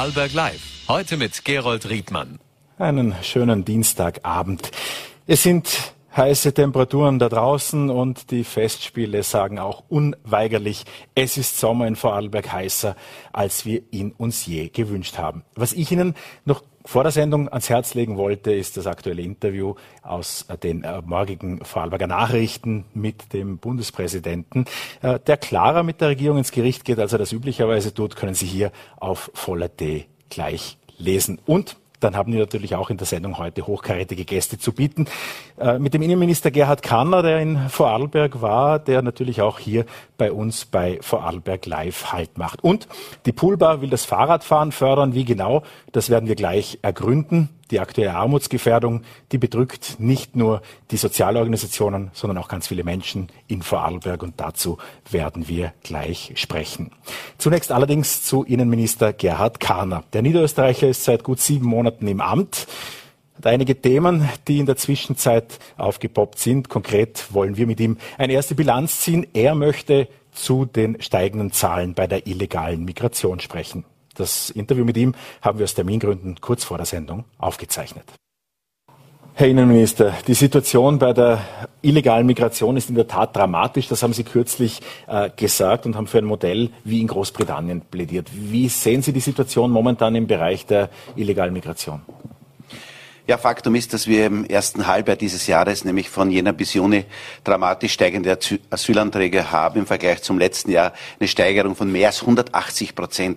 Vorarlberg Live. Heute mit Gerold Riedmann. Einen schönen Dienstagabend. Es sind heiße Temperaturen da draußen und die Festspiele sagen auch unweigerlich, es ist Sommer in Vorarlberg heißer, als wir ihn uns je gewünscht haben. Was ich Ihnen noch vor der Sendung ans Herz legen wollte, ist das aktuelle Interview aus den morgigen Vorarlberger Nachrichten mit dem Bundespräsidenten, der klarer mit der Regierung ins Gericht geht, als er das üblicherweise tut, können Sie hier auf voller.at gleich lesen. Und dann haben wir natürlich auch in der Sendung heute hochkarätige Gäste zu bieten. Mit dem Innenminister Gerhard Karner, der in Vorarlberg war, der natürlich auch hier bei uns bei Vorarlberg Live Halt macht. Und die Poolbar will das Fahrradfahren fördern. Wie genau, das werden wir gleich ergründen. Die aktuelle Armutsgefährdung, die bedrückt nicht nur die Sozialorganisationen, sondern auch ganz viele Menschen in Vorarlberg. Und dazu werden wir gleich sprechen. Zunächst allerdings zu Innenminister Gerhard Karner. Der Niederösterreicher ist seit gut 7 Monaten im Amt. Hat einige Themen, die in der Zwischenzeit aufgepoppt sind. Konkret wollen wir mit ihm eine erste Bilanz ziehen. Er möchte zu den steigenden Zahlen bei der illegalen Migration sprechen. Das Interview mit ihm haben wir aus Termingründen kurz vor der Sendung aufgezeichnet. Herr Innenminister, die Situation bei der illegalen Migration ist in der Tat dramatisch. Das haben Sie kürzlich gesagt und haben für ein Modell wie in Großbritannien plädiert. Wie sehen Sie die Situation momentan im Bereich der illegalen Migration? Ja, Faktum ist, dass wir im ersten Halbjahr dieses Jahres, nämlich von Jänner bis Juni, dramatisch steigende Asylanträge haben im Vergleich zum letzten Jahr. Eine Steigerung von mehr als 180%.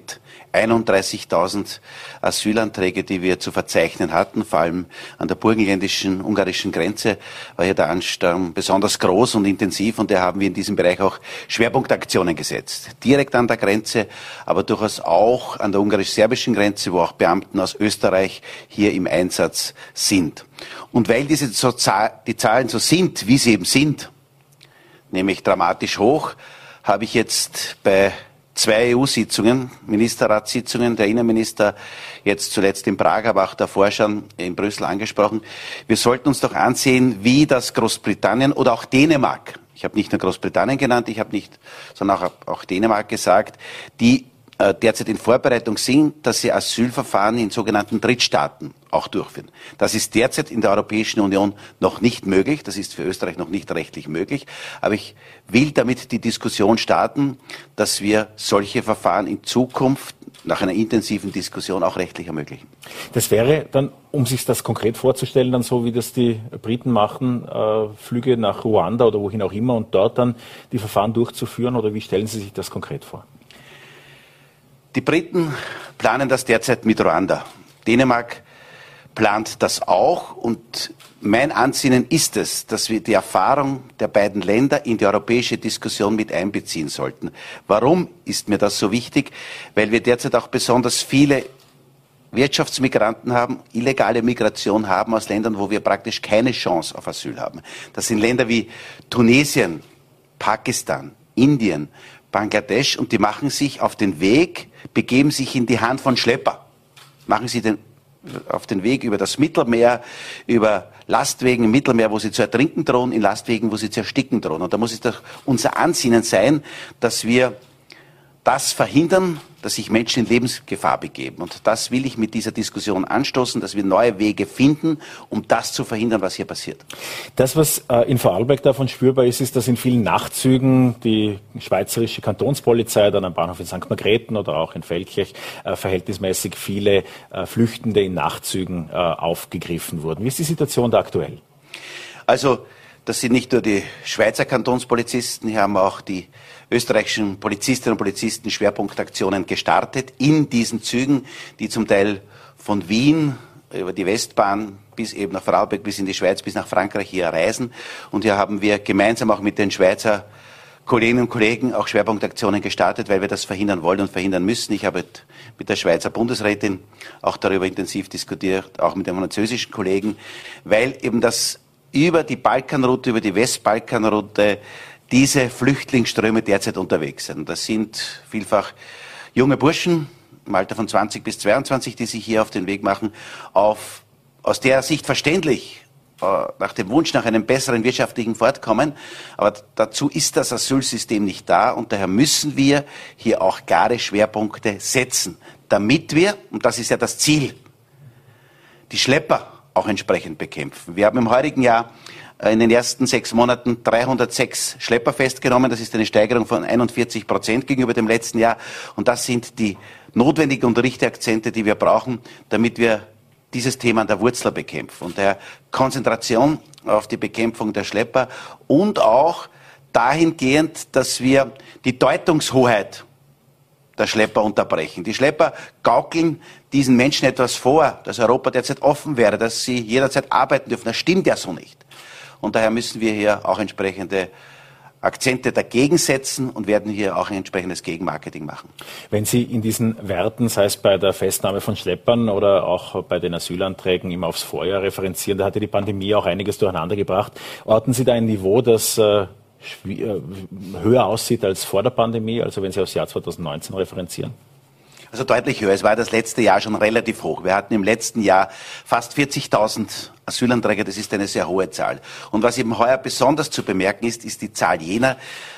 31.000 Asylanträge, die wir zu verzeichnen hatten, vor allem an der burgenländischen, ungarischen Grenze, war hier der Ansturm besonders groß und intensiv und da haben wir in diesem Bereich auch Schwerpunktaktionen gesetzt. Direkt an der Grenze, aber durchaus auch an der ungarisch-serbischen Grenze, wo auch Beamten aus Österreich hier im Einsatz sind. Und weil die Zahlen so sind, wie sie eben sind, nämlich dramatisch hoch, habe ich jetzt bei 2 EU-Sitzungen, Ministerratssitzungen, der Innenminister jetzt zuletzt in Prag, aber auch davor schon in Brüssel angesprochen. Wir sollten uns doch ansehen, wie das Großbritannien oder auch Dänemark, ich habe nicht nur Großbritannien genannt, sondern auch Dänemark gesagt, die derzeit in Vorbereitung sind, dass sie Asylverfahren in sogenannten Drittstaaten auch durchführen. Das ist derzeit in der Europäischen Union noch nicht möglich. Das ist für Österreich noch nicht rechtlich möglich. Aber ich will damit die Diskussion starten, dass wir solche Verfahren in Zukunft nach einer intensiven Diskussion auch rechtlich ermöglichen. Das wäre dann, um sich das konkret vorzustellen, dann so, wie das die Briten machen, Flüge nach Ruanda oder wohin auch immer und dort dann die Verfahren durchzuführen, oder wie stellen Sie sich das konkret vor? Die Briten planen das derzeit mit Ruanda. Dänemark plant das auch und mein Ansinnen ist es, dass wir die Erfahrung der beiden Länder in die europäische Diskussion mit einbeziehen sollten. Warum ist mir das so wichtig? Weil wir derzeit auch besonders viele Wirtschaftsmigranten haben, illegale Migration haben aus Ländern, wo wir praktisch keine Chance auf Asyl haben. Das sind Länder wie Tunesien, Pakistan, Indien, Bangladesch, und die machen sich auf den Weg, begeben sich in die Hand von Schlepper. Machen sie auf den Weg über das Mittelmeer, über Lastwegen im Mittelmeer, wo sie zu ertrinken drohen, in Lastwegen, wo sie zu ersticken drohen. Und da muss es doch unser Ansinnen sein, dass wir das verhindern, dass sich Menschen in Lebensgefahr begeben. Und das will ich mit dieser Diskussion anstoßen, dass wir neue Wege finden, um das zu verhindern, was hier passiert. Das, was in Vorarlberg davon spürbar ist, ist, dass in vielen Nachtzügen die schweizerische Kantonspolizei, dann am Bahnhof in St. Margrethen oder auch in Feldkirch, verhältnismäßig viele Flüchtende in Nachtzügen aufgegriffen wurden. Wie ist die Situation da aktuell? Also, das sind nicht nur die Schweizer Kantonspolizisten, hier haben auch die österreichischen Polizistinnen und Polizisten Schwerpunktaktionen gestartet in diesen Zügen, die zum Teil von Wien über die Westbahn bis eben nach Vorarlberg, bis in die Schweiz, bis nach Frankreich hier reisen. Und hier haben wir gemeinsam auch mit den Schweizer Kolleginnen und Kollegen auch Schwerpunktaktionen gestartet, weil wir das verhindern wollen und verhindern müssen. Ich habe mit der Schweizer Bundesrätin auch darüber intensiv diskutiert, auch mit den französischen Kollegen, weil eben das über die Balkanroute, über die Westbalkanroute diese Flüchtlingsströme derzeit unterwegs sind. Das sind vielfach junge Burschen im Alter von 20 bis 22, die sich hier auf den Weg machen, aus der Sicht verständlich, nach dem Wunsch nach einem besseren wirtschaftlichen Fortkommen. Aber dazu ist das Asylsystem nicht da und daher müssen wir hier auch klare Schwerpunkte setzen. damit wir, und das ist ja das Ziel, die Schlepper auch entsprechend bekämpfen. Wir haben im heurigen Jahr in den ersten 6 Monaten 306 Schlepper festgenommen. Das ist eine Steigerung von 41% gegenüber dem letzten Jahr. Und das sind die notwendigen und richtigen Akzente, die wir brauchen, damit wir dieses Thema an der Wurzel bekämpfen. Und daher Konzentration auf die Bekämpfung der Schlepper und auch dahingehend, dass wir die Deutungshoheit der Schlepper unterbrechen. Die Schlepper gaukeln diesen Menschen etwas vor, dass Europa derzeit offen wäre, dass sie jederzeit arbeiten dürfen. Das stimmt ja so nicht. Und daher müssen wir hier auch entsprechende Akzente dagegen setzen und werden hier auch ein entsprechendes Gegenmarketing machen. Wenn Sie in diesen Werten, sei es bei der Festnahme von Schleppern oder auch bei den Asylanträgen, immer aufs Vorjahr referenzieren, da hatte die Pandemie auch einiges durcheinander gebracht. Orten Sie da ein Niveau, das höher aussieht als vor der Pandemie, also wenn Sie aufs Jahr 2019 referenzieren? Also deutlich höher. Es war das letzte Jahr schon relativ hoch. Wir hatten im letzten Jahr fast 40.000 Asylanträge. Das ist eine sehr hohe Zahl. Und was eben heuer besonders zu bemerken ist, ist die Zahl jener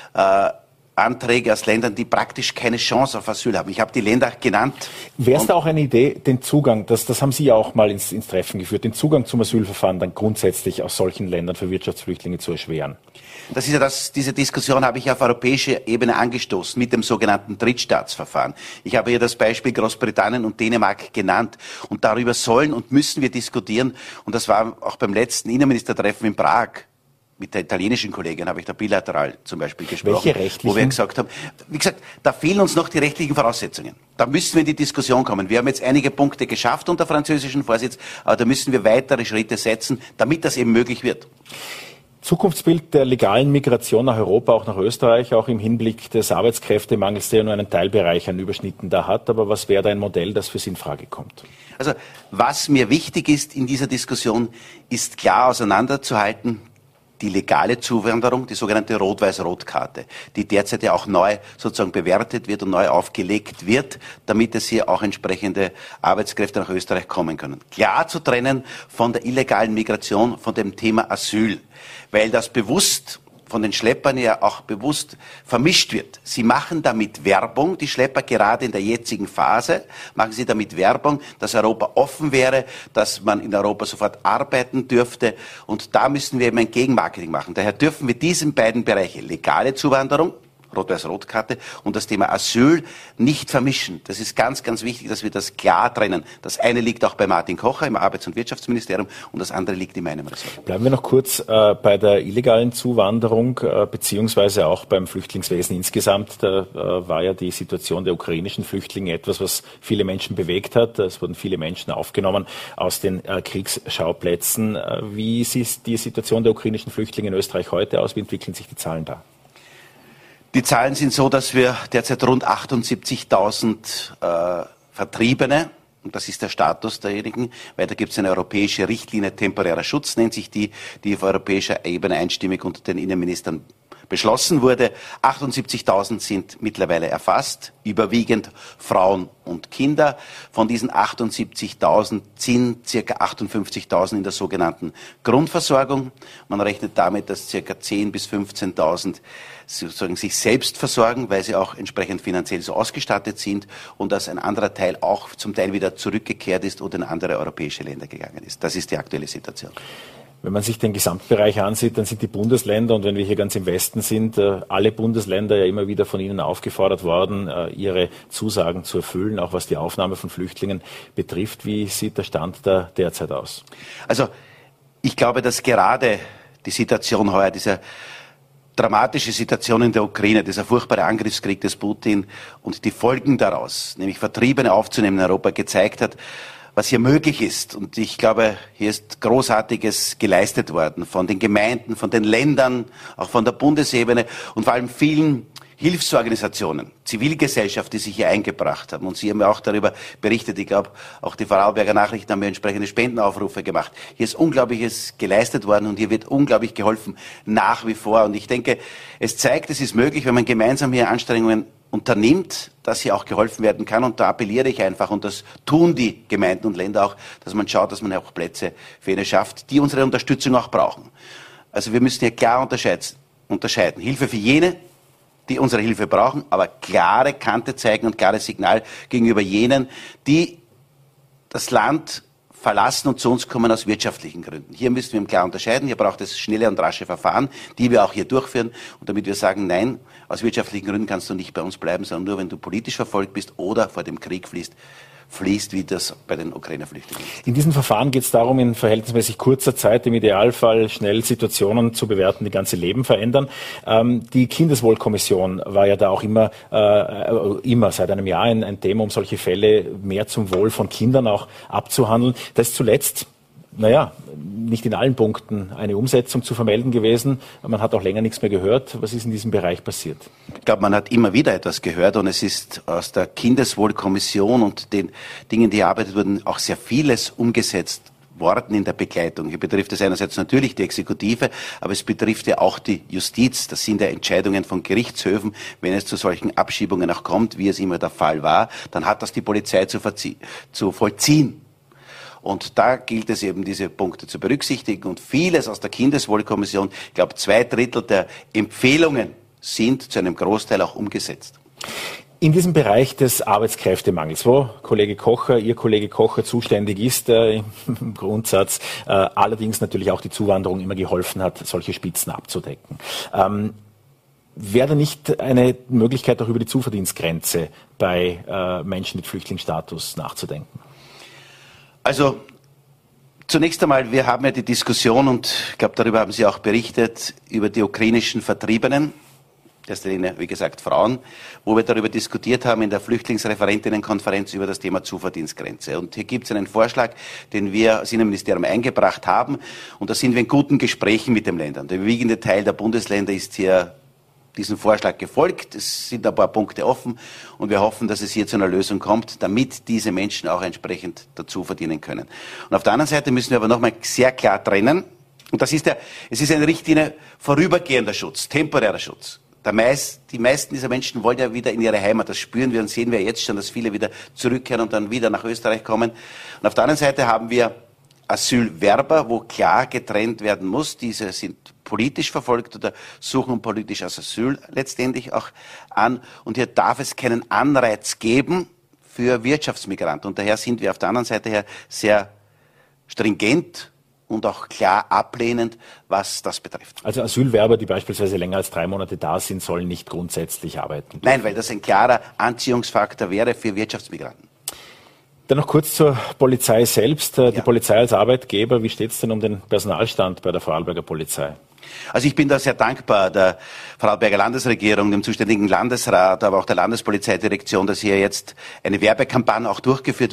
Anträge aus Ländern, die praktisch keine Chance auf Asyl haben. Ich habe die Länder genannt. Wäre es da auch eine Idee, den Zugang, das haben Sie ja auch mal ins Treffen geführt, den Zugang zum Asylverfahren dann grundsätzlich aus solchen Ländern für Wirtschaftsflüchtlinge zu erschweren? Das ist ja diese Diskussion habe ich auf europäischer Ebene angestoßen mit dem sogenannten Drittstaatsverfahren. Ich habe hier das Beispiel Großbritannien und Dänemark genannt und darüber sollen und müssen wir diskutieren und das war auch beim letzten Innenministertreffen in Prag. Mit der italienischen Kollegin habe ich da bilateral zum Beispiel gesprochen, welche rechtlichen? Wo wir gesagt haben, wie gesagt, da fehlen uns noch die rechtlichen Voraussetzungen. Da müssen wir in die Diskussion kommen. Wir haben jetzt einige Punkte geschafft unter französischem Vorsitz, aber da müssen wir weitere Schritte setzen, damit das eben möglich wird. Zukunftsbild der legalen Migration nach Europa, auch nach Österreich, auch im Hinblick des Arbeitskräftemangels, der ja nur einen Teilbereich an Überschnitten da hat. Aber was wäre da ein Modell, das für Sie in Frage kommt? Also was mir wichtig ist in dieser Diskussion, ist klar auseinanderzuhalten, die legale Zuwanderung, die sogenannte Rot-Weiß-Rot-Karte, die derzeit ja auch neu sozusagen bewertet wird und neu aufgelegt wird, damit es hier auch entsprechende Arbeitskräfte nach Österreich kommen können. Klar zu trennen von der illegalen Migration, von dem Thema Asyl, weil das bewusst von den Schleppern ja auch bewusst vermischt wird. Sie machen damit Werbung, die Schlepper gerade in der jetzigen Phase, machen sie damit Werbung, dass Europa offen wäre, dass man in Europa sofort arbeiten dürfte und da müssen wir eben ein Gegenmarketing machen. Daher dürfen wir diese beiden Bereiche, legale Zuwanderung, Rot-Weiß-Rot-Karte und das Thema Asyl nicht vermischen. Das ist ganz, ganz wichtig, dass wir das klar trennen. Das eine liegt auch bei Martin Kocher im Arbeits- und Wirtschaftsministerium und das andere liegt in meinem Ressort. Bleiben wir noch kurz bei der illegalen Zuwanderung beziehungsweise auch beim Flüchtlingswesen insgesamt. Da war ja die Situation der ukrainischen Flüchtlinge etwas, was viele Menschen bewegt hat. Es wurden viele Menschen aufgenommen aus den Kriegsschauplätzen. Wie sieht die Situation der ukrainischen Flüchtlinge in Österreich heute aus? Wie entwickeln sich die Zahlen da? Die Zahlen sind so, dass wir derzeit rund 78.000 Vertriebene, und das ist der Status derjenigen, weil da gibt es eine europäische Richtlinie, temporärer Schutz nennt sich die auf europäischer Ebene einstimmig unter den Innenministern beschlossen wurde. 78.000 sind mittlerweile erfasst, überwiegend Frauen und Kinder. Von diesen 78.000 sind ca. 58.000 in der sogenannten Grundversorgung. Man rechnet damit, dass ca. 10.000 bis 15.000 sozusagen sich selbst versorgen, weil sie auch entsprechend finanziell so ausgestattet sind und dass ein anderer Teil auch zum Teil wieder zurückgekehrt ist oder in andere europäische Länder gegangen ist. Das ist die aktuelle Situation. Wenn man sich den Gesamtbereich ansieht, dann sind die Bundesländer, und wenn wir hier ganz im Westen sind, alle Bundesländer ja immer wieder von Ihnen aufgefordert worden, ihre Zusagen zu erfüllen, auch was die Aufnahme von Flüchtlingen betrifft. Wie sieht der Stand da derzeit aus? Also ich glaube, dass gerade die Situation heuer, diese dramatische Situation in der Ukraine, dieser furchtbare Angriffskrieg des Putin und die Folgen daraus, nämlich Vertriebene aufzunehmen in Europa, gezeigt hat, was hier möglich ist. Und ich glaube, hier ist Großartiges geleistet worden von den Gemeinden, von den Ländern, auch von der Bundesebene und vor allem vielen Hilfsorganisationen, Zivilgesellschaft, die sich hier eingebracht haben. Und Sie haben ja auch darüber berichtet. Ich glaube, auch die Vorarlberger Nachrichten haben ja entsprechende Spendenaufrufe gemacht. Hier ist Unglaubliches geleistet worden und hier wird unglaublich geholfen, nach wie vor. Und ich denke, es zeigt, es ist möglich, wenn man gemeinsam hier Anstrengungen unternimmt, dass hier auch geholfen werden kann. Und da appelliere ich einfach, und das tun die Gemeinden und Länder auch, dass man schaut, dass man auch Plätze für jene schafft, die unsere Unterstützung auch brauchen. Also wir müssen hier klar unterscheiden. Hilfe für jene, die unsere Hilfe brauchen, aber klare Kante zeigen und klares Signal gegenüber jenen, die das Land verlassen und zu uns kommen aus wirtschaftlichen Gründen. Hier müssen wir klar unterscheiden. Hier braucht es schnelle und rasche Verfahren, die wir auch hier durchführen. Und damit wir sagen, nein, aus wirtschaftlichen Gründen kannst du nicht bei uns bleiben, sondern nur, wenn du politisch verfolgt bist oder vor dem Krieg fließt, wie das bei den Ukrainer-Flüchtlingen ist. In diesen Verfahren geht es darum, in verhältnismäßig kurzer Zeit im Idealfall schnell Situationen zu bewerten, die ganze Leben verändern. Die Kindeswohlkommission war ja da auch immer seit einem Jahr ein Thema, um solche Fälle mehr zum Wohl von Kindern auch abzuhandeln. Das ist zuletzt, nicht in allen Punkten eine Umsetzung zu vermelden gewesen. Man hat auch länger nichts mehr gehört. Was ist in diesem Bereich passiert? Ich glaube, man hat immer wieder etwas gehört und es ist aus der Kindeswohlkommission und den Dingen, die erarbeitet wurden, auch sehr vieles umgesetzt worden in der Begleitung. Hier betrifft es einerseits natürlich die Exekutive, aber es betrifft ja auch die Justiz. Das sind ja Entscheidungen von Gerichtshöfen. Wenn es zu solchen Abschiebungen auch kommt, wie es immer der Fall war, dann hat das die Polizei zu vollziehen. Und da gilt es eben, diese Punkte zu berücksichtigen. Und vieles aus der Kindeswohlkommission, ich glaube 2/3 der Empfehlungen sind zu einem Großteil auch umgesetzt. In diesem Bereich des Arbeitskräftemangels, wo Ihr Kollege Kocher zuständig ist, im Grundsatz, allerdings natürlich auch die Zuwanderung immer geholfen hat, solche Spitzen abzudecken. Wäre da nicht eine Möglichkeit, auch über die Zuverdienstgrenze bei Menschen mit Flüchtlingsstatus nachzudenken? Also zunächst einmal, wir haben ja die Diskussion, und ich glaube, darüber haben Sie auch berichtet, über die ukrainischen Vertriebenen, das sind, wie gesagt, Frauen, wo wir darüber diskutiert haben in der Flüchtlingsreferentinnenkonferenz über das Thema Zuverdienstgrenze. Und hier gibt es einen Vorschlag, den wir als Innenministerium eingebracht haben, und da sind wir in guten Gesprächen mit den Ländern. Der überwiegende Teil der Bundesländer ist hier diesen Vorschlag gefolgt. Es sind ein paar Punkte offen und wir hoffen, dass es hier zu einer Lösung kommt, damit diese Menschen auch entsprechend dazu verdienen können. Und auf der anderen Seite müssen wir aber nochmal sehr klar trennen, und es ist eine Richtlinie vorübergehender Schutz, temporärer Schutz. Die meisten dieser Menschen wollen ja wieder in ihre Heimat. Das spüren wir und sehen wir jetzt schon, dass viele wieder zurückkehren und dann wieder nach Österreich kommen. Und auf der anderen Seite haben wir Asylwerber, wo klar getrennt werden muss. Diese sind politisch verfolgt oder suchen politisch als Asyl letztendlich auch an. Und hier darf es keinen Anreiz geben für Wirtschaftsmigranten. Und daher sind wir auf der anderen Seite her sehr stringent und auch klar ablehnend, was das betrifft. Also Asylwerber, die beispielsweise länger als 3 Monate da sind, sollen nicht grundsätzlich arbeiten? Nein, weil das ein klarer Anziehungsfaktor wäre für Wirtschaftsmigranten. Dann noch kurz zur Polizei selbst. Die Polizei als Arbeitgeber, wie steht es denn um den Personalstand bei der Vorarlberger Polizei? Also ich bin da sehr dankbar der Vorarlberger Landesregierung, dem zuständigen Landesrat, aber auch der Landespolizeidirektion, dass hier jetzt eine Werbekampagne auch durchgeführt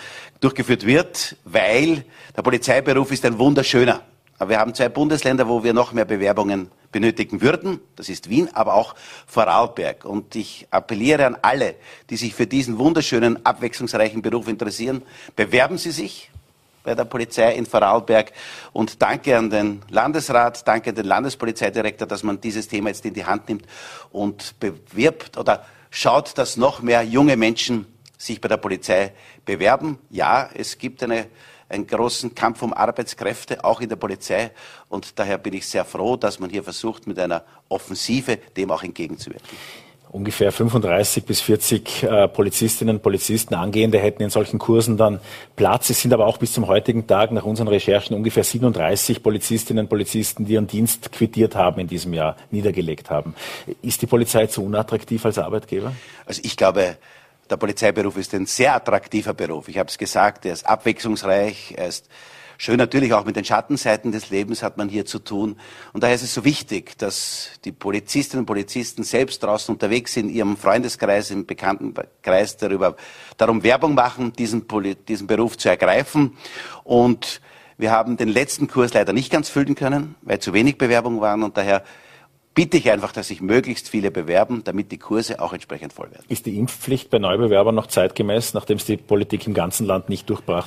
wird, weil der Polizeiberuf ist ein wunderschöner. Aber wir haben 2 Bundesländer, wo wir noch mehr Bewerbungen benötigen würden. Das ist Wien, aber auch Vorarlberg. Und ich appelliere an alle, die sich für diesen wunderschönen, abwechslungsreichen Beruf interessieren, bewerben Sie sich bei der Polizei in Vorarlberg. Und danke an den Landesrat, danke an den Landespolizeidirektor, dass man dieses Thema jetzt in die Hand nimmt und bewirbt oder schaut, dass noch mehr junge Menschen sich bei der Polizei bewerben. Ja, es gibt einen großen Kampf um Arbeitskräfte, auch in der Polizei. Und daher bin ich sehr froh, dass man hier versucht, mit einer Offensive dem auch entgegenzuwirken. Ungefähr 35 bis 40 Polizistinnen und Polizisten, Angehende hätten in solchen Kursen dann Platz. Es sind aber auch bis zum heutigen Tag nach unseren Recherchen ungefähr 37 Polizistinnen und Polizisten, die ihren Dienst quittiert haben in diesem Jahr, niedergelegt haben. Ist die Polizei zu unattraktiv als Arbeitgeber? Also ich glaube, der Polizeiberuf ist ein sehr attraktiver Beruf. Ich habe es gesagt, er ist abwechslungsreich, er ist schön, natürlich auch mit den Schattenseiten des Lebens hat man hier zu tun. Und daher ist es so wichtig, dass die Polizistinnen und Polizisten selbst draußen unterwegs sind, in ihrem Freundeskreis, im Bekanntenkreis darum Werbung machen, diesen Beruf zu ergreifen. Und wir haben den letzten Kurs leider nicht ganz füllen können, weil zu wenig Bewerbungen waren. Und daher bitte ich einfach, dass sich möglichst viele bewerben, damit die Kurse auch entsprechend voll werden. Ist die Impfpflicht bei Neubewerbern noch zeitgemäß, nachdem es die Politik im ganzen Land nicht durchgebracht hat?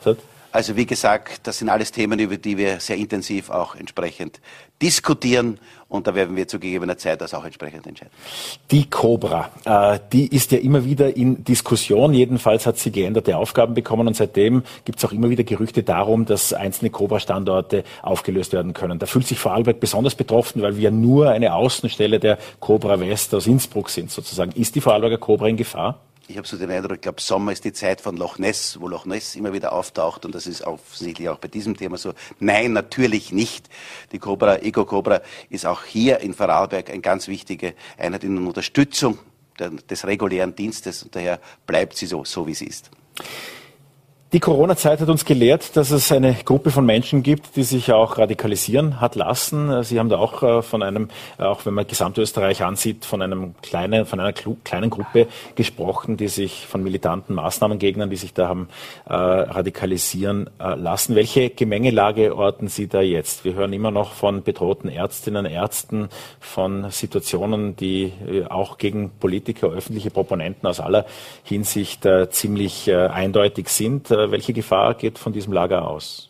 Also wie gesagt, das sind alles Themen, über die wir sehr intensiv auch entsprechend diskutieren und da werden wir zu gegebener Zeit das auch entsprechend entscheiden. Die Cobra, die ist ja immer wieder in Diskussion. Jedenfalls hat sie geänderte Aufgaben bekommen und seitdem gibt es auch immer wieder Gerüchte darum, dass einzelne Cobra-Standorte aufgelöst werden können. Da fühlt sich Vorarlberg besonders betroffen, weil wir nur eine Außenstelle der Cobra West aus Innsbruck sind sozusagen. Ist die Vorarlberger Cobra in Gefahr? Ich habe so den Eindruck, ich glaube, Sommer ist die Zeit von Loch Ness, wo Loch Ness immer wieder auftaucht und das ist offensichtlich auch bei diesem Thema so. Nein, natürlich nicht. Die Cobra, Eco Cobra, ist auch hier in Vorarlberg eine ganz wichtige Einheit in Unterstützung des regulären Dienstes und daher bleibt sie so wie sie ist. Die Corona-Zeit hat uns gelehrt, dass es eine Gruppe von Menschen gibt, die sich auch radikalisieren hat lassen. Sie haben da auch von einem, auch wenn man Gesamtösterreich ansieht, von einer kleinen Gruppe gesprochen, die sich von militanten Maßnahmengegnern, die sich da haben radikalisieren lassen. Welche Gemengelage orten Sie da jetzt? Wir hören immer noch von bedrohten Ärztinnen, Ärzten, von Situationen, die auch gegen Politiker, öffentliche Proponenten aus aller Hinsicht ziemlich eindeutig sind. Welche Gefahr geht von diesem Lager aus?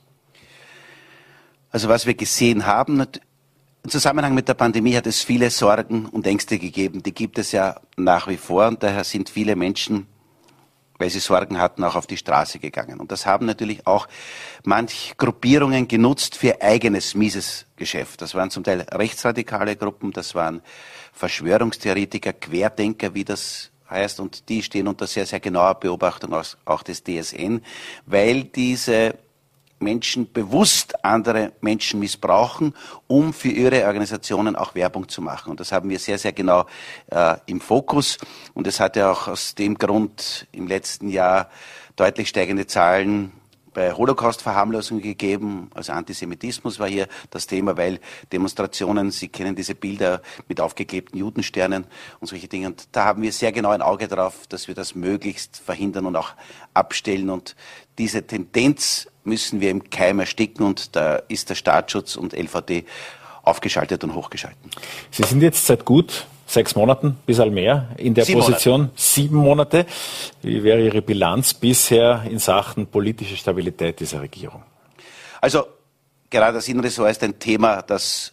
Also was wir gesehen haben, im Zusammenhang mit der Pandemie hat es viele Sorgen und Ängste gegeben. Die gibt es ja nach wie vor und daher sind viele Menschen, weil sie Sorgen hatten, auch auf die Straße gegangen. Und das haben natürlich auch manche Gruppierungen genutzt für eigenes mieses Geschäft. Das waren zum Teil rechtsradikale Gruppen, das waren Verschwörungstheoretiker, Querdenker, wie das heißt, und die stehen unter sehr, sehr genauer Beobachtung auch des DSN, weil diese Menschen bewusst andere Menschen missbrauchen, um für ihre Organisationen auch Werbung zu machen. Und das haben wir sehr, sehr genau im Fokus. Und es hat ja auch aus dem Grund im letzten Jahr deutlich steigende Zahlen bei Holocaust-Verharmlosung gegeben, also Antisemitismus war hier das Thema, weil Demonstrationen, Sie kennen diese Bilder mit aufgeklebten Judensternen und solche Dinge. Und da haben wir sehr genau ein Auge drauf, dass wir das möglichst verhindern und auch abstellen. Und diese Tendenz müssen wir im Keim ersticken und da ist der Staatsschutz und LVD aufgeschaltet und hochgeschalten. Sie sind jetzt seit gut 6 Monaten, bis allmehr, in der Position. 7 Monate. Wie wäre Ihre Bilanz bisher in Sachen politische Stabilität dieser Regierung? Also gerade das Innenressort ist ein Thema, das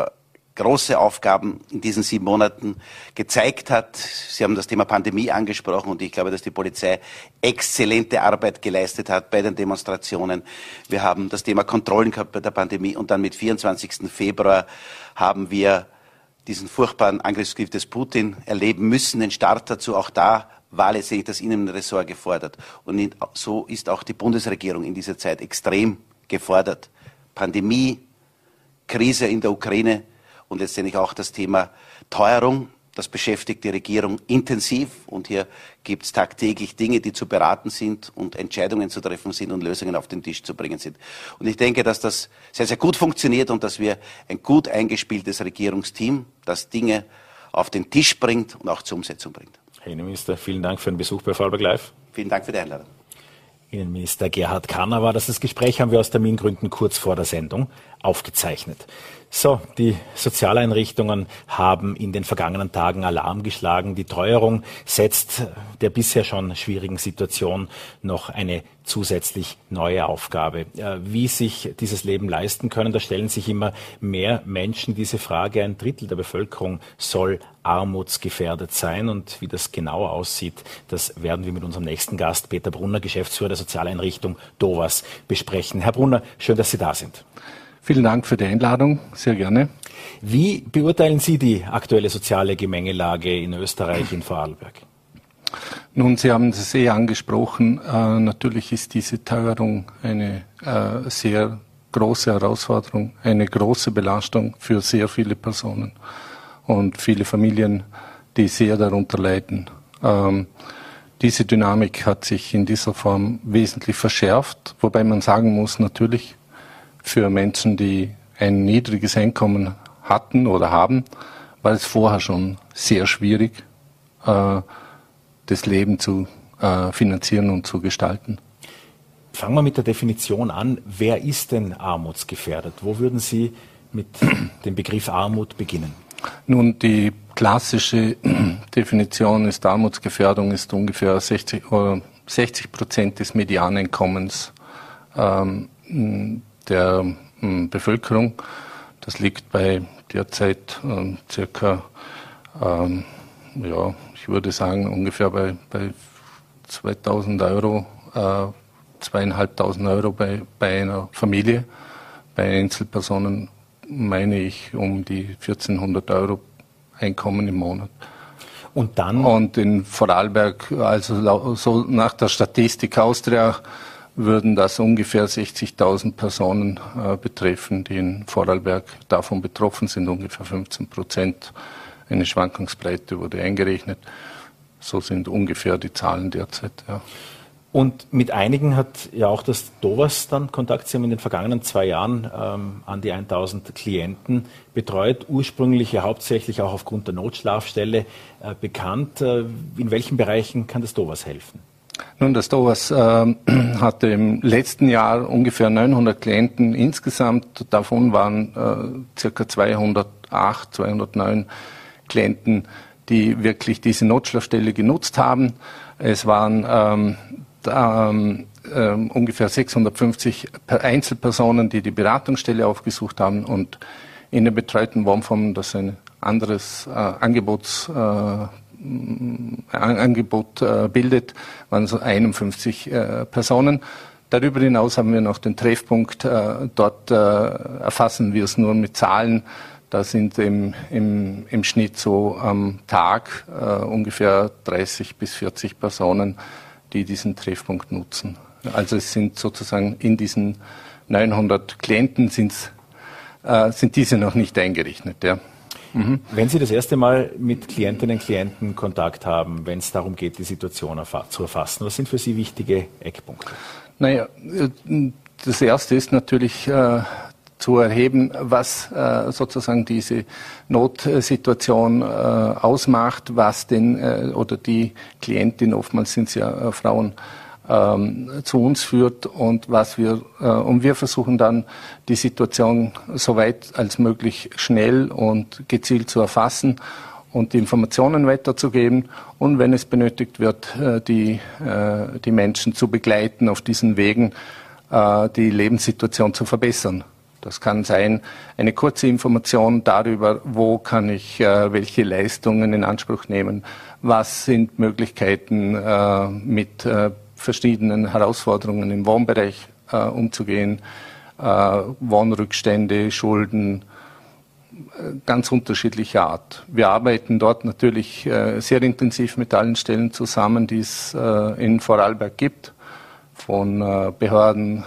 große Aufgaben in diesen 7 Monaten gezeigt hat. Sie haben das Thema Pandemie angesprochen und ich glaube, dass die Polizei exzellente Arbeit geleistet hat bei den Demonstrationen. Wir haben das Thema Kontrollen gehabt bei der Pandemie und dann mit 24. Februar haben wir diesen furchtbaren Angriffskrieg des Putin erleben müssen, den Start dazu. Auch da war letztendlich das Innenressort gefordert. Und so ist auch die Bundesregierung in dieser Zeit extrem gefordert. Pandemie, Krise in der Ukraine und letztendlich auch das Thema Teuerung. Das beschäftigt die Regierung intensiv und hier gibt es tagtäglich Dinge, die zu beraten sind und Entscheidungen zu treffen sind und Lösungen auf den Tisch zu bringen sind. Und ich denke, dass das sehr, sehr gut funktioniert und dass wir ein gut eingespieltes Regierungsteam, das Dinge auf den Tisch bringt und auch zur Umsetzung bringt. Herr Innenminister, vielen Dank für den Besuch bei Vorarlberg Live. Vielen Dank für die Einladung. Innenminister Gerhard Kanner war das. Das Gespräch haben wir aus Termingründen kurz vor der Sendung aufgezeichnet. So, die Sozialeinrichtungen haben in den vergangenen Tagen Alarm geschlagen. Die Teuerung setzt der bisher schon schwierigen Situation noch eine zusätzlich neue Aufgabe. Wie sich dieses Leben leisten können, da stellen sich immer mehr Menschen diese Frage. 1/3 der Bevölkerung soll armutsgefährdet sein. Und wie das genau aussieht, das werden wir mit unserem nächsten Gast, Peter Brunner, Geschäftsführer der Sozialeinrichtung DOVAS, besprechen. Herr Brunner, schön, dass Sie da sind. Vielen Dank für die Einladung, sehr gerne. Wie beurteilen Sie die aktuelle soziale Gemengelage in Österreich, in Vorarlberg? Nun, Sie haben es angesprochen, natürlich ist diese Teuerung eine sehr große Herausforderung, eine große Belastung für sehr viele Personen und viele Familien, die sehr darunter leiden. Diese Dynamik hat sich in dieser Form wesentlich verschärft, wobei man sagen muss, natürlich, für Menschen, die ein niedriges Einkommen hatten oder haben, war es vorher schon sehr schwierig, das Leben zu finanzieren und zu gestalten. Fangen wir mit der Definition an. Wer ist denn armutsgefährdet? Wo würden Sie mit dem Begriff Armut beginnen? Nun, die klassische Definition ist, Armutsgefährdung ist ungefähr 60% des Medianeinkommens der Bevölkerung. Das liegt bei derzeit circa, ich würde sagen, ungefähr bei 2.000 Euro, 2.500 Euro bei einer Familie. Bei Einzelpersonen meine ich um die 1.400 Euro Einkommen im Monat. Und dann? Und in Vorarlberg, also so nach der Statistik Austria, würden das ungefähr 60.000 Personen betreffen, die in Vorarlberg davon betroffen sind. Ungefähr 15%. Eine Schwankungsbreite wurde eingerechnet. So sind ungefähr die Zahlen derzeit. Ja. Und mit einigen hat ja auch das DOVAS dann Kontakt. Sie haben in den vergangenen 2 Jahren an die 1.000 Klienten betreut, ursprünglich ja hauptsächlich auch aufgrund der Notschlafstelle bekannt. In welchen Bereichen kann das DOVAS helfen? Nun, das DOVAS hatte im letzten Jahr ungefähr 900 Klienten insgesamt. Davon waren ca. 209 Klienten, die wirklich diese Notschlafstelle genutzt haben. Es waren ungefähr 650 Einzelpersonen, die die Beratungsstelle aufgesucht haben, und in der betreuten Wohnform, das ein anderes Angebot bildet, waren so 51 Personen. Darüber hinaus haben wir noch den Treffpunkt. Dort erfassen wir es nur mit Zahlen. Da sind im Schnitt so am Tag ungefähr 30 bis 40 Personen, die diesen Treffpunkt nutzen. Also es sind sozusagen in diesen 900 Klienten sind diese noch nicht eingerechnet. Ja. Mhm. Wenn Sie das erste Mal mit Klientinnen und Klienten Kontakt haben, wenn es darum geht, die Situation zu erfassen, was sind für Sie wichtige Eckpunkte? Naja, das erste ist natürlich zu erheben, was sozusagen diese Notsituation ausmacht, was oder die Klientin, oftmals sind es ja Frauen, zu uns führt, und wir versuchen dann die Situation so weit als möglich schnell und gezielt zu erfassen und die Informationen weiterzugeben, und wenn es benötigt wird, die Menschen zu begleiten auf diesen Wegen, die Lebenssituation zu verbessern. Das kann sein, eine kurze Information darüber, wo kann ich welche Leistungen in Anspruch nehmen, was sind Möglichkeiten, mit verschiedenen Herausforderungen im Wohnbereich umzugehen, Wohnrückstände, Schulden, ganz unterschiedlicher Art. Wir arbeiten dort natürlich sehr intensiv mit allen Stellen zusammen, die es in Vorarlberg gibt. Von Behörden,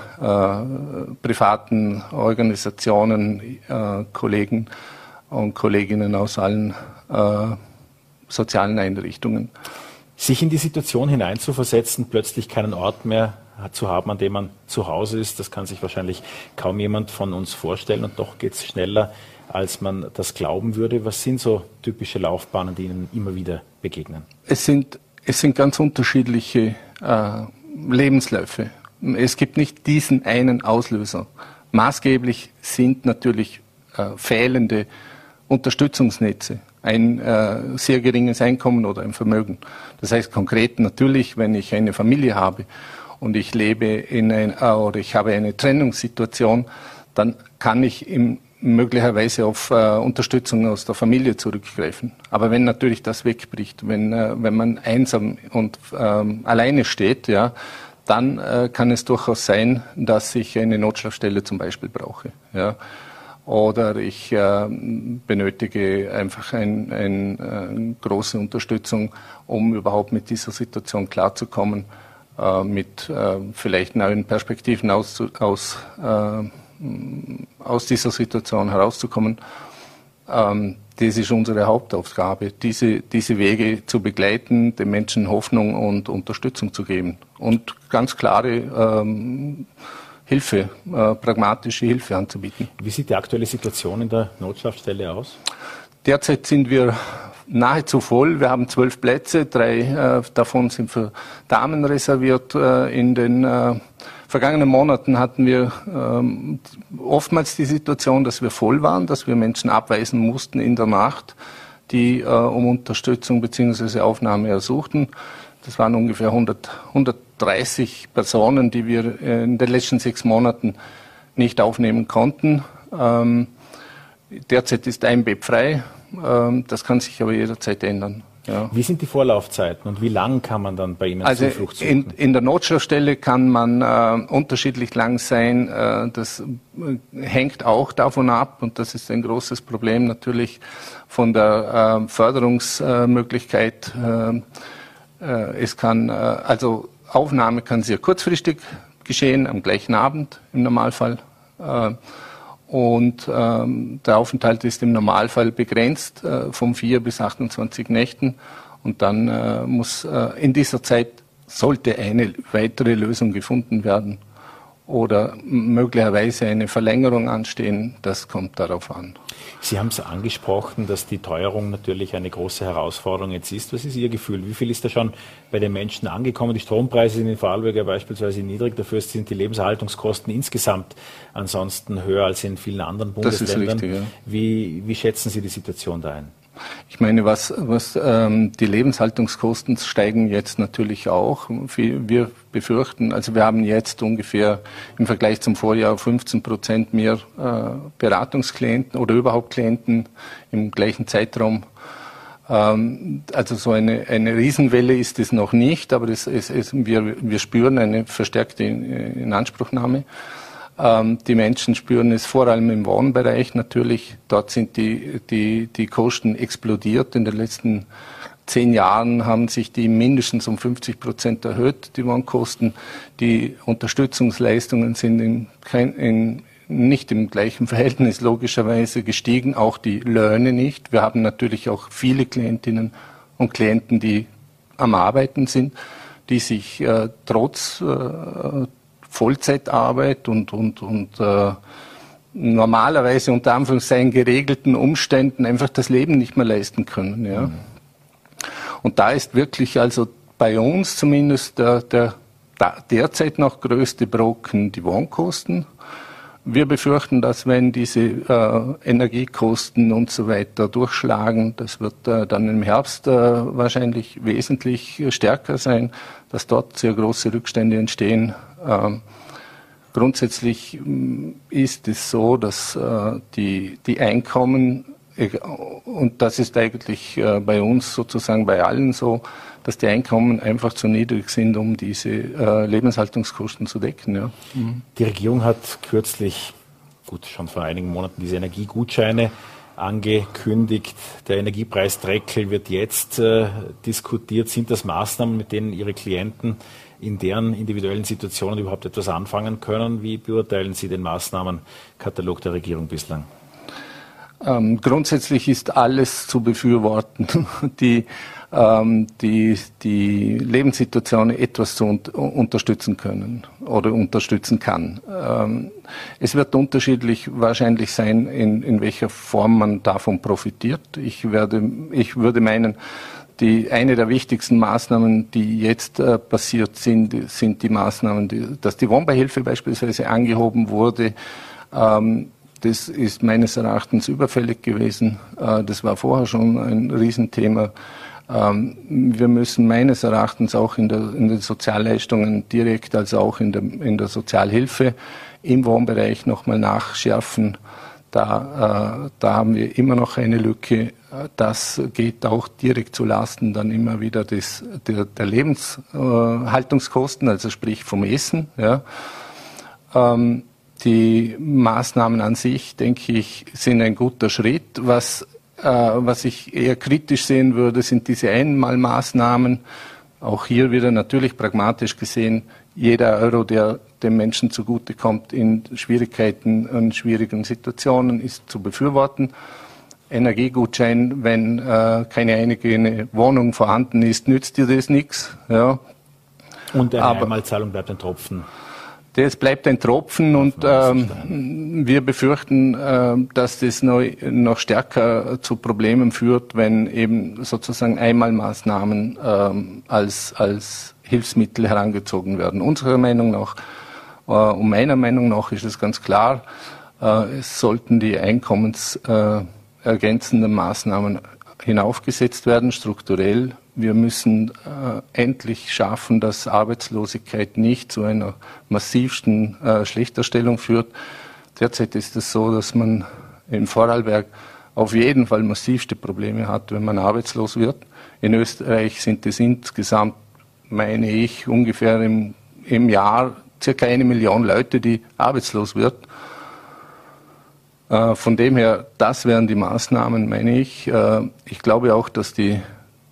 privaten Organisationen, Kollegen und Kolleginnen aus allen sozialen Einrichtungen. Sich in die Situation hineinzuversetzen, plötzlich keinen Ort mehr zu haben, an dem man zu Hause ist, das kann sich wahrscheinlich kaum jemand von uns vorstellen, und doch geht es schneller, als man das glauben würde. Was sind so typische Laufbahnen, die Ihnen immer wieder begegnen? Es sind ganz unterschiedliche Lebensläufe. Es gibt nicht diesen einen Auslöser. Maßgeblich sind natürlich fehlende Unterstützungsnetze, ein sehr geringes Einkommen oder ein Vermögen. Das heißt konkret natürlich, wenn ich eine Familie habe und ich lebe oder ich habe eine Trennungssituation, dann kann ich möglicherweise auf Unterstützung aus der Familie zurückgreifen. Aber wenn natürlich das wegbricht, wenn man einsam und alleine steht, ja, dann kann es durchaus sein, dass ich eine Notschlafstelle zum Beispiel brauche. Ja. Oder ich benötige einfach eine große Unterstützung, um überhaupt mit dieser Situation klarzukommen, mit vielleicht neuen Perspektiven aus dieser Situation herauszukommen. Das ist unsere Hauptaufgabe, diese Wege zu begleiten, den Menschen Hoffnung und Unterstützung zu geben und ganz klare Hilfe, pragmatische Hilfe anzubieten. Wie sieht die aktuelle Situation in der Notschlafstelle aus? Derzeit sind wir nahezu voll. Wir haben 12 Plätze, 3 davon sind für Damen reserviert. In den vergangenen Monaten hatten wir oftmals die Situation, dass wir voll waren, dass wir Menschen abweisen mussten in der Nacht, die um Unterstützung bzw. Aufnahme ersuchten. Das waren ungefähr 100 30 Personen, die wir in den letzten 6 Monaten nicht aufnehmen konnten. Derzeit ist ein Bett frei, das kann sich aber jederzeit ändern. Ja. Wie sind die Vorlaufzeiten und wie lang kann man dann bei Ihnen Zuflucht suchen? In der Notschlafstelle kann man unterschiedlich lang sein. Das hängt auch davon ab, und das ist ein großes Problem natürlich, von der Förderungsmöglichkeit. Es kann, also Aufnahme kann sehr kurzfristig geschehen, am gleichen Abend im Normalfall. Und der Aufenthalt ist im Normalfall begrenzt von 4 bis 28 Nächten. Und dann muss in dieser Zeit sollte eine weitere Lösung gefunden werden oder möglicherweise eine Verlängerung anstehen. Das kommt darauf an. Sie haben es angesprochen, dass die Teuerung natürlich eine große Herausforderung jetzt ist. Was ist Ihr Gefühl? Wie viel ist da schon bei den Menschen angekommen? Die Strompreise sind in Vorarlberg ja beispielsweise niedrig. Dafür sind die Lebenserhaltungskosten insgesamt ansonsten höher als in vielen anderen Bundesländern. Das ist richtig, ja. Wie schätzen Sie die Situation da ein? Ich meine, was die Lebenshaltungskosten steigen jetzt natürlich auch. Wir befürchten, also wir haben jetzt ungefähr im Vergleich zum Vorjahr 15% mehr Beratungsklienten oder überhaupt Klienten im gleichen Zeitraum. Also so eine Riesenwelle ist es noch nicht, aber wir spüren eine verstärkte Inanspruchnahme. Die Menschen spüren es vor allem im Wohnbereich natürlich. Dort sind die Kosten explodiert. In den letzten 10 Jahren haben sich die mindestens um 50% erhöht, die Wohnkosten. Die Unterstützungsleistungen sind nicht im gleichen Verhältnis logischerweise gestiegen, auch die Löhne nicht. Wir haben natürlich auch viele Klientinnen und Klienten, die am Arbeiten sind, die sich trotz Vollzeitarbeit und normalerweise unter Anführungszeichen geregelten Umständen einfach das Leben nicht mehr leisten können. Ja. Mhm. Und da ist wirklich also bei uns zumindest der derzeit noch größte Brocken die Wohnkosten. Wir befürchten, dass wenn diese Energiekosten und so weiter durchschlagen, das wird dann im Herbst wahrscheinlich wesentlich stärker sein, dass dort sehr große Rückstände entstehen. Grundsätzlich ist es so, dass die Einkommen, und das ist eigentlich bei uns sozusagen bei allen so, dass die Einkommen einfach zu niedrig sind, um diese Lebenshaltungskosten zu decken. Ja. Die Regierung hat kürzlich, schon vor einigen Monaten, diese Energiegutscheine angekündigt. Der Energiepreisdeckel wird jetzt diskutiert. Sind das Maßnahmen, mit denen Ihre Klienten in deren individuellen Situationen überhaupt etwas anfangen können? Wie beurteilen Sie den Maßnahmenkatalog der Regierung bislang? Grundsätzlich ist alles zu befürworten, die Lebenssituation etwas zu unterstützen können oder unterstützen kann. Es wird unterschiedlich wahrscheinlich sein, in welcher Form man davon profitiert. Ich würde meinen, eine der wichtigsten Maßnahmen, die jetzt passiert sind die Maßnahmen, dass die Wohnbeihilfe beispielsweise angehoben wurde. Das ist meines Erachtens überfällig gewesen. Das war vorher schon ein Riesenthema. Wir müssen meines Erachtens auch in den Sozialleistungen direkt, also auch in der Sozialhilfe im Wohnbereich nochmal nachschärfen. Da haben wir immer noch eine Lücke. Das geht auch direkt zu Lasten dann immer wieder der Lebenshaltungskosten, also sprich vom Essen. Ja. Die Maßnahmen an sich, denke ich, sind ein guter Schritt. Was ich eher kritisch sehen würde, sind diese Einmalmaßnahmen. Auch hier wieder natürlich pragmatisch gesehen, jeder Euro, der dem Menschen zugutekommt in Schwierigkeiten und schwierigen Situationen, ist zu befürworten. Energiegutschein, wenn keine eigene Wohnung vorhanden ist, nützt dir das nichts. Ja. Und eine Einmalzahlung bleibt ein Tropfen. Das bleibt ein Tropfen und wir befürchten, dass das noch stärker zu Problemen führt, wenn eben sozusagen Einmalmaßnahmen als Hilfsmittel herangezogen werden. Unserer Meinung nach und meiner Meinung nach ist es ganz klar, es sollten die einkommensergänzenden Maßnahmen hinaufgesetzt werden, strukturell. wir müssen endlich schaffen, dass Arbeitslosigkeit nicht zu einer massivsten Schlechterstellung führt. Derzeit ist es so, dass man in Vorarlberg auf jeden Fall massivste Probleme hat, wenn man arbeitslos wird. In Österreich sind es insgesamt, meine ich, ungefähr im Jahr circa 1 Million Leute, die arbeitslos wird. Von dem her, das wären die Maßnahmen, meine ich. Ich glaube auch, dass die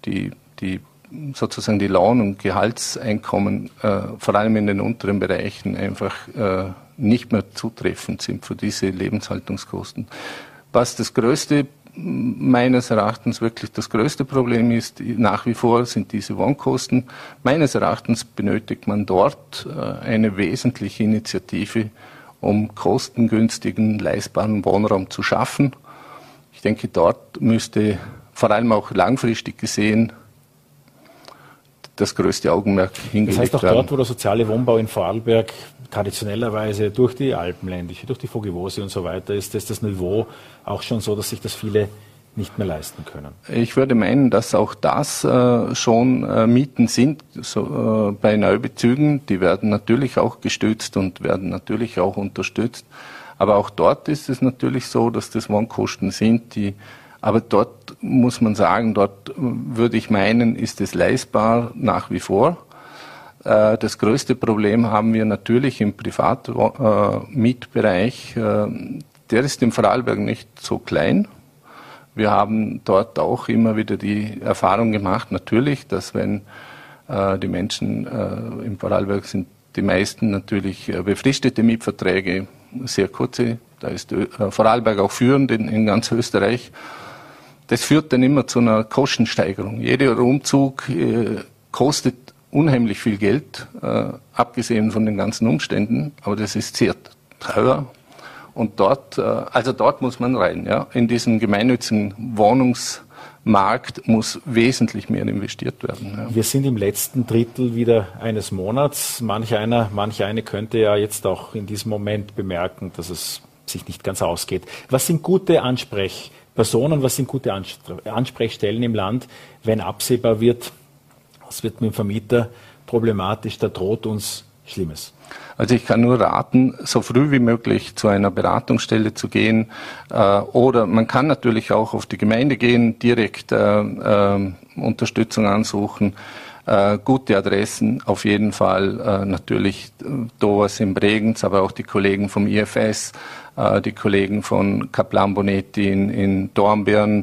sozusagen die Lohn- und Gehaltseinkommen vor allem in den unteren Bereichen einfach nicht mehr zutreffend sind für diese Lebenshaltungskosten. Was das größte, meines Erachtens wirklich das größte Problem ist, nach wie vor sind diese Wohnkosten. Meines Erachtens benötigt man dort eine wesentliche Initiative, um kostengünstigen, leistbaren Wohnraum zu schaffen. Ich denke, dort müsste vor allem auch langfristig gesehen das größte Augenmerk hingelegt werden. Das heißt auch dort, wo der soziale Wohnbau in Vorarlberg traditionellerweise durch die Alpenländische, durch die Vogivose und so weiter ist das Niveau auch schon so, dass sich das viele nicht mehr leisten können. Ich würde meinen, dass auch das schon Mieten sind bei Neubezügen. Die werden natürlich auch gestützt und werden natürlich auch unterstützt. Aber auch dort ist es natürlich so, dass das Wohnkosten sind, aber dort muss man sagen, dort würde ich meinen, ist es leistbar nach wie vor. Das größte Problem haben wir natürlich im Privatmietbereich. Der ist im Vorarlberg nicht so klein. Wir haben dort auch immer wieder die Erfahrung gemacht, natürlich, dass wenn die Menschen im Vorarlberg sind, die meisten natürlich befristete Mietverträge, sehr kurze, da ist Vorarlberg auch führend in ganz Österreich. Das führt dann immer zu einer Kostensteigerung. Jeder Umzug kostet unheimlich viel Geld, abgesehen von den ganzen Umständen, aber das ist sehr teuer. Und dort muss man rein. Ja. In diesen gemeinnützigen Wohnungsmarkt muss wesentlich mehr investiert werden. Ja. Wir sind im letzten Drittel wieder eines Monats. Manch eine könnte ja jetzt auch in diesem Moment bemerken, dass es sich nicht ganz ausgeht. Was sind gute Ansprechpersonen, was sind gute Ansprechstellen im Land, wenn absehbar wird, es wird mit dem Vermieter problematisch, da droht uns Schlimmes? Also ich kann nur raten, so früh wie möglich zu einer Beratungsstelle zu gehen, oder man kann natürlich auch auf die Gemeinde gehen, direkt Unterstützung ansuchen. Gute Adressen auf jeden Fall, natürlich Dovas in Bregenz, aber auch die Kollegen vom IFS, die Kollegen von Kaplan Bonetti in Dornbirn,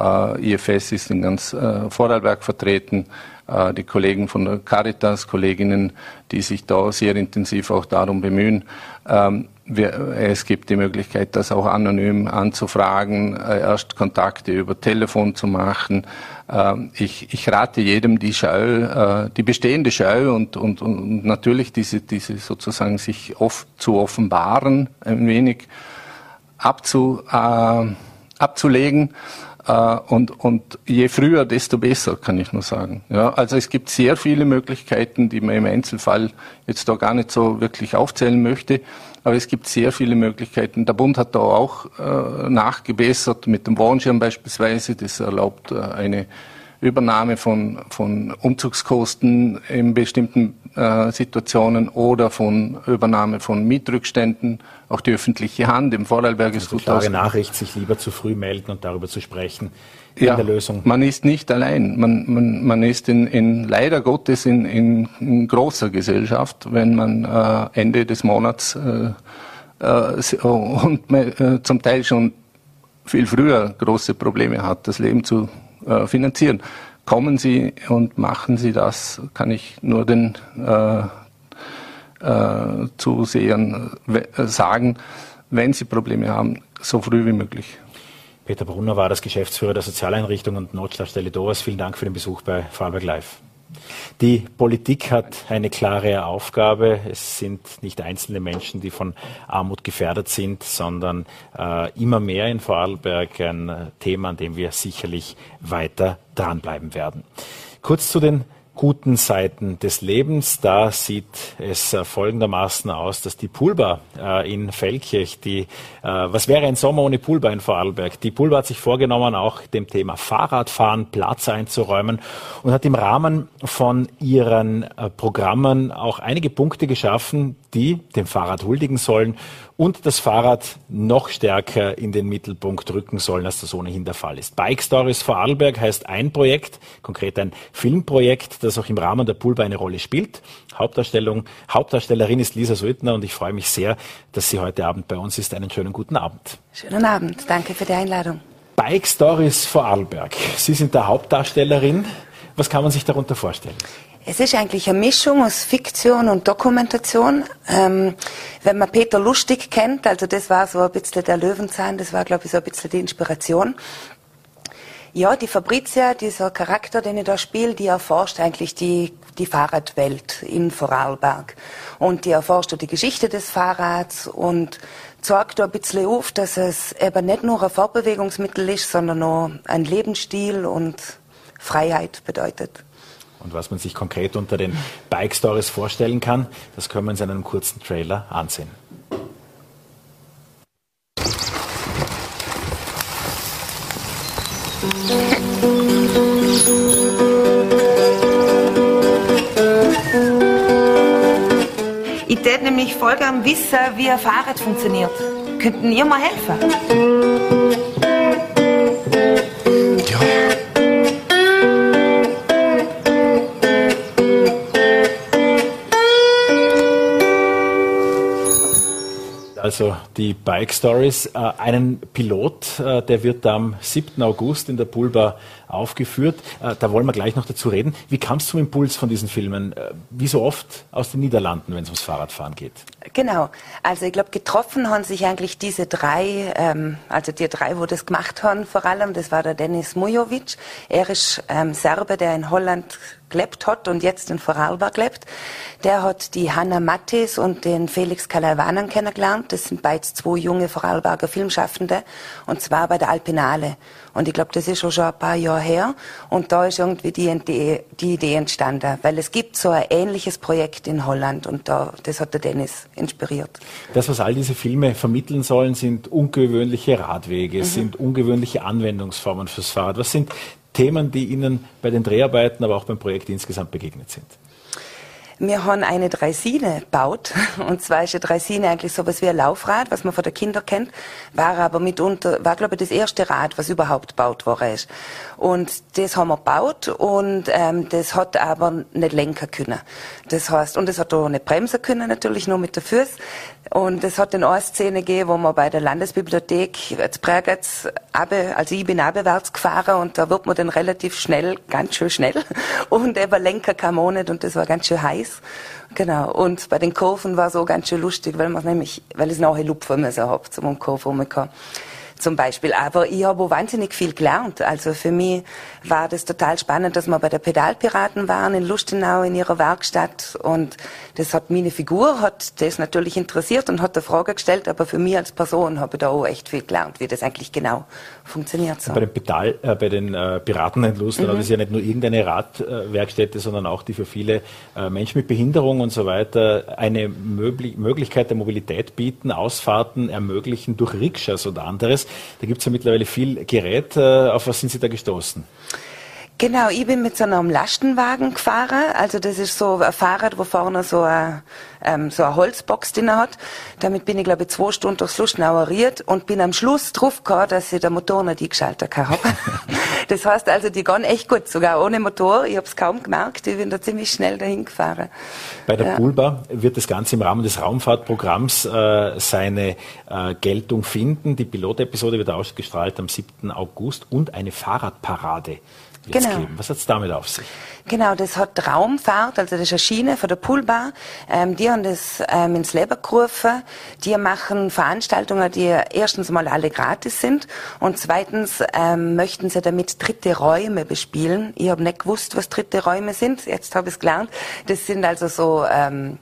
IFS ist in ganz Vorarlberg vertreten, die Kollegen von der Caritas, Kolleginnen, die sich da sehr intensiv auch darum bemühen. Es gibt die Möglichkeit, das auch anonym anzufragen, erst Kontakte über Telefon zu machen. Ich rate jedem, die bestehende Scheu und natürlich diese sozusagen sich zu offenbaren, ein wenig abzulegen. Und je früher, desto besser, kann ich nur sagen. Ja, also es gibt sehr viele Möglichkeiten, die man im Einzelfall jetzt da gar nicht so wirklich aufzählen möchte. Aber es gibt sehr viele Möglichkeiten. Der Bund hat da auch nachgebessert mit dem Wohnschirm beispielsweise. Das erlaubt eine Übernahme von Umzugskosten in bestimmten Situationen oder von Übernahme von Mietrückständen. Auch die öffentliche Hand im Vorarlberg ist gut klare Nachricht, sich lieber zu früh melden und darüber zu sprechen in der Lösung. Man ist nicht allein. Man ist leider Gottes in großer Gesellschaft, wenn man Ende des Monats und zum Teil schon viel früher große Probleme hat, das Leben zu finanzieren. Kommen Sie und machen Sie das, kann ich nur den Zusehern sagen, wenn Sie Probleme haben, so früh wie möglich. Peter Brunner war das Geschäftsführer der Sozialeinrichtung und Notstabsstelle Dovas. Vielen Dank für den Besuch bei Vorarlberg Live. Die Politik hat eine klare Aufgabe. Es sind nicht einzelne Menschen, die von Armut gefährdet sind, sondern immer mehr in Vorarlberg ein Thema, an dem wir sicherlich weiter dranbleiben werden. Kurz zu den guten Seiten des Lebens. Da sieht es folgendermaßen aus, dass die Poolbar in Feldkirch, was wäre ein Sommer ohne Poolbar in Vorarlberg? Die Poolbar hat sich vorgenommen, auch dem Thema Fahrradfahren Platz einzuräumen und hat im Rahmen von ihren Programmen auch einige Punkte geschaffen, die dem Fahrrad huldigen sollen und das Fahrrad noch stärker in den Mittelpunkt rücken sollen, als das ohnehin der Fall ist. Bike Stories Vorarlberg heißt ein Projekt, konkret ein Filmprojekt, das auch im Rahmen der Poolbar eine Rolle spielt. Hauptdarstellerin ist Lisa Suitner und ich freue mich sehr, dass sie heute Abend bei uns ist. Einen schönen guten Abend. Schönen Abend, danke für die Einladung. Bike Stories Vorarlberg. Sie sind der Hauptdarstellerin. Was kann man sich darunter vorstellen? Es ist eigentlich eine Mischung aus Fiktion und Dokumentation. Wenn man Peter Lustig kennt, also das war so ein bisschen der Löwenzahn, das war, glaube ich, so ein bisschen die Inspiration. Ja, die Fabrizia, dieser Charakter, den ich da spiele, die erforscht eigentlich die Fahrradwelt in Vorarlberg. Und die erforscht die Geschichte des Fahrrads und zeigt da ein bisschen auf, dass es eben nicht nur ein Fortbewegungsmittel ist, sondern auch ein Lebensstil und Freiheit bedeutet. Und was man sich konkret unter den Bike Stories vorstellen kann, das können wir uns in einem kurzen Trailer ansehen. Ich würde nämlich voll gern wissen, wie ein Fahrrad funktioniert. Könnten ihr mal helfen? Also die Bike Stories, einen Pilot, der wird am 7. August in der Poolbar aufgeführt. Da wollen wir gleich noch dazu reden. Wie kam es zum Impuls von diesen Filmen? Wie so oft aus den Niederlanden, wenn es ums Fahrradfahren geht? Genau. Also ich glaube, getroffen haben sich eigentlich diese drei, also die drei, wo das gemacht haben vor allem. Das war der Denis Mujovic. Er ist Serbe, der in Holland gelebt hat und jetzt in Vorarlberg lebt. Der hat die Hanna Mattis und den Felix Kalaivanen kennengelernt. Das sind beides zwei junge Vorarlberger Filmschaffende. Und zwar bei der Alpinale. Und ich glaube, das ist schon ein paar Jahre her. Und da ist irgendwie die Idee entstanden. Weil es gibt so ein ähnliches Projekt in Holland. Und das hat der Dennis inspiriert. Das, was all diese Filme vermitteln sollen, sind ungewöhnliche Radwege, sind ungewöhnliche Anwendungsformen fürs Fahrrad. Was sind Themen, die Ihnen bei den Dreharbeiten, aber auch beim Projekt insgesamt begegnet sind? Wir haben eine Draisine gebaut. Und zwar ist eine Draisine eigentlich sowas wie ein Laufrad, was man von den Kindern kennt. War glaube ich, das erste Rad, was überhaupt gebaut worden ist. Und das haben wir gebaut und das hat aber nicht lenken können. Das heißt, und es hat auch nicht bremsen können, natürlich nur mit den Füßen. Und es hat dann eine Szene gegeben, wo man bei der Landesbibliothek jetzt Bregenz, also ich bin abwärts gefahren und da wird man dann relativ schnell, ganz schön schnell. Und eben lenken kann man auch nicht und das war ganz schön heiß. Genau. Und bei den Kurven war es auch ganz schön lustig, weil es nachher Lupfen müssen hat, zum um Kurve rumzukommen. Zum Beispiel. Aber ich habe auch wahnsinnig viel gelernt. Also für mich war das total spannend, dass wir bei der Pedalpiraten waren in Lustenau in ihrer Werkstatt und das hat meine Figur, hat das natürlich interessiert und hat eine Frage gestellt, aber für mich als Person habe ich da auch echt viel gelernt, wie das eigentlich genau funktioniert. So. Bei den Piraten in Lustenau, das ist ja nicht nur irgendeine Radwerkstätte, sondern auch die für viele Menschen mit Behinderung und so weiter eine Möglichkeit der Mobilität bieten, Ausfahrten ermöglichen durch Rikschas und anderes. Da gibt es ja mittlerweile viel Gerät. Auf was sind Sie da gestoßen? Genau, ich bin mit so einem Lastenwagen gefahren. Also das ist so ein Fahrrad, wo vorne so eine Holzbox drin hat. Damit bin ich, glaube ich, 2 Stunden durchs Lustenau riert und bin am Schluss drauf gekommen, dass ich den Motor nicht eingeschaltet habe. Das heißt also, die gehen echt gut, sogar ohne Motor. Ich habe es kaum gemerkt, ich bin da ziemlich schnell dahin gefahren. Bei der Poolbar wird das Ganze im Rahmen des Raumfahrtprogramms seine Geltung finden. Die Pilotepisode wird ausgestrahlt am 7. August und eine Fahrradparade. Geben. Was hat es damit auf sich? Genau, das hat Raumfahrt, also das ist eine Schiene von der Poolbar. Die haben das ins Leben gerufen. Die machen Veranstaltungen, die erstens mal alle gratis sind und zweitens möchten sie damit dritte Räume bespielen. Ich habe nicht gewusst, was dritte Räume sind. Jetzt habe ich es gelernt. Das sind also so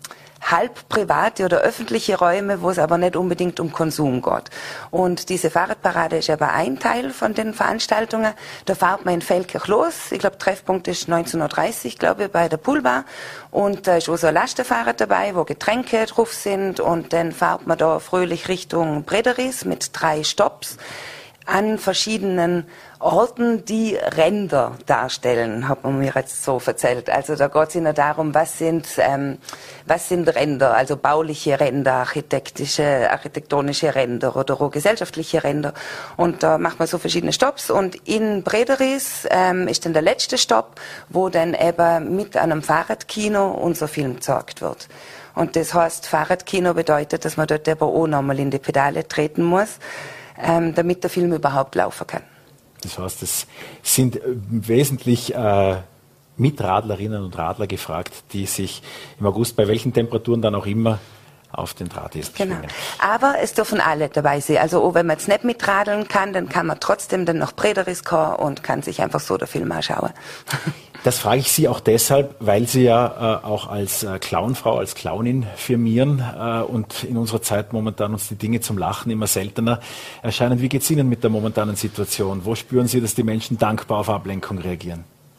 halb private oder öffentliche Räume, wo es aber nicht unbedingt um Konsum geht. Und diese Fahrradparade ist aber ein Teil von den Veranstaltungen. Da fährt man in Feldkirch los. Ich glaube, Treffpunkt ist 19:30 Uhr, glaube ich, bei der Poolbar. Und da ist auch so ein Lastenfahrrad dabei, wo Getränke drauf sind. Und dann fährt man da fröhlich Richtung Brederis mit 3 Stopps an verschiedenen Orten, die Ränder darstellen, hat man mir jetzt so erzählt. Also da geht es nicht darum, was sind Ränder, also bauliche Ränder, architektonische Ränder oder auch gesellschaftliche Ränder. Und da macht man so verschiedene Stopps. Und in Brederis ist dann der letzte Stopp, wo dann eben mit einem Fahrradkino unser Film gezeigt wird. Und das heißt, Fahrradkino bedeutet, dass man dort aber auch nochmal in die Pedale treten muss, damit der Film überhaupt laufen kann. Das heißt, es sind wesentlich Mitradlerinnen und Radler gefragt, die sich im August bei welchen Temperaturen dann auch immer auf den Drahtesel schwingen. Genau. Aber es dürfen alle dabei sein. Also auch wenn man jetzt nicht mitradeln kann, dann kann man trotzdem dann nach Brederis kommen und kann sich einfach so den Film anschauen. Das frage ich Sie auch deshalb, weil Sie ja auch als Clownfrau, als Clownin firmieren und in unserer Zeit momentan uns die Dinge zum Lachen immer seltener erscheinen. Wie geht es Ihnen mit der momentanen Situation? Wo spüren Sie, dass die Menschen dankbar auf Ablenkung reagieren?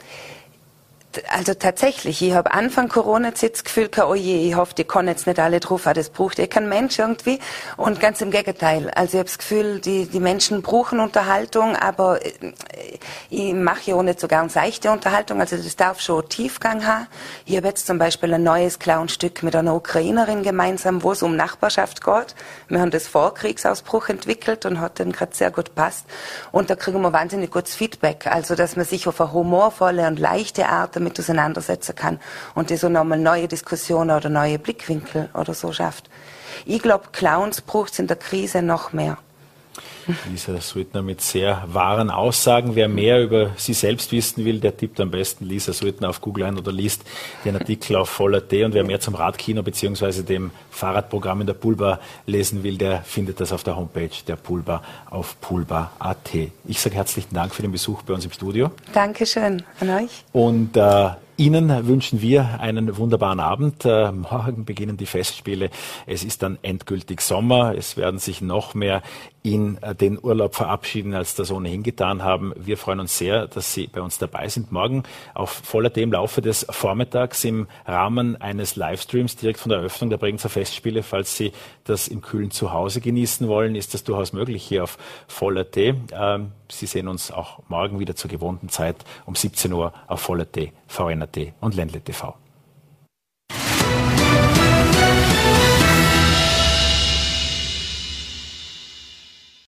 Also tatsächlich, ich habe Anfang Corona-Zeit das Gefühl gehabt, oh je, ich hoffe, die können jetzt nicht alle drauf haben, das braucht kein Mensch irgendwie. Und ganz im Gegenteil. Also ich habe das Gefühl, die Menschen brauchen Unterhaltung, aber ich mache ja auch nicht so gern seichte Unterhaltung, also das darf schon Tiefgang haben. Ich habe jetzt zum Beispiel ein neues Clownstück mit einer Ukrainerin gemeinsam, wo es um Nachbarschaft geht. Wir haben das vor Kriegsausbruch entwickelt und hat dann gerade sehr gut gepasst. Und da kriegen wir wahnsinnig gutes Feedback. Also dass man sich auf eine humorvolle und leichte Art damit auseinandersetzen kann und das so nochmal neue Diskussionen oder neue Blickwinkel oder so schafft. Ich glaube, Clowns braucht es in der Krise noch mehr. Lisa Suitner mit sehr wahren Aussagen. Wer mehr über sie selbst wissen will, der tippt am besten Lisa Suitner auf Google ein oder liest den Artikel auf voll.at. Und wer mehr zum Radkino bzw. dem Fahrradprogramm in der Poolbar lesen will, der findet das auf der Homepage der Poolbar auf poolbar.at. Ich sage herzlichen Dank für den Besuch bei uns im Studio. Dankeschön an euch. Und Ihnen wünschen wir einen wunderbaren Abend. Morgen beginnen die Festspiele. Es ist dann endgültig Sommer. Es werden sich noch mehr in den Urlaub verabschieden, als das ohnehin getan haben. Wir freuen uns sehr, dass Sie bei uns dabei sind. Morgen auf voll.at im Laufe des Vormittags im Rahmen eines Livestreams direkt von der Eröffnung der Bregenzer Festspiele. Falls Sie das im kühlen Zuhause genießen wollen, ist das durchaus möglich hier auf voll.at. Sie sehen uns auch morgen wieder zur gewohnten Zeit um 17 Uhr auf voll.at, VN.at und Ländle TV.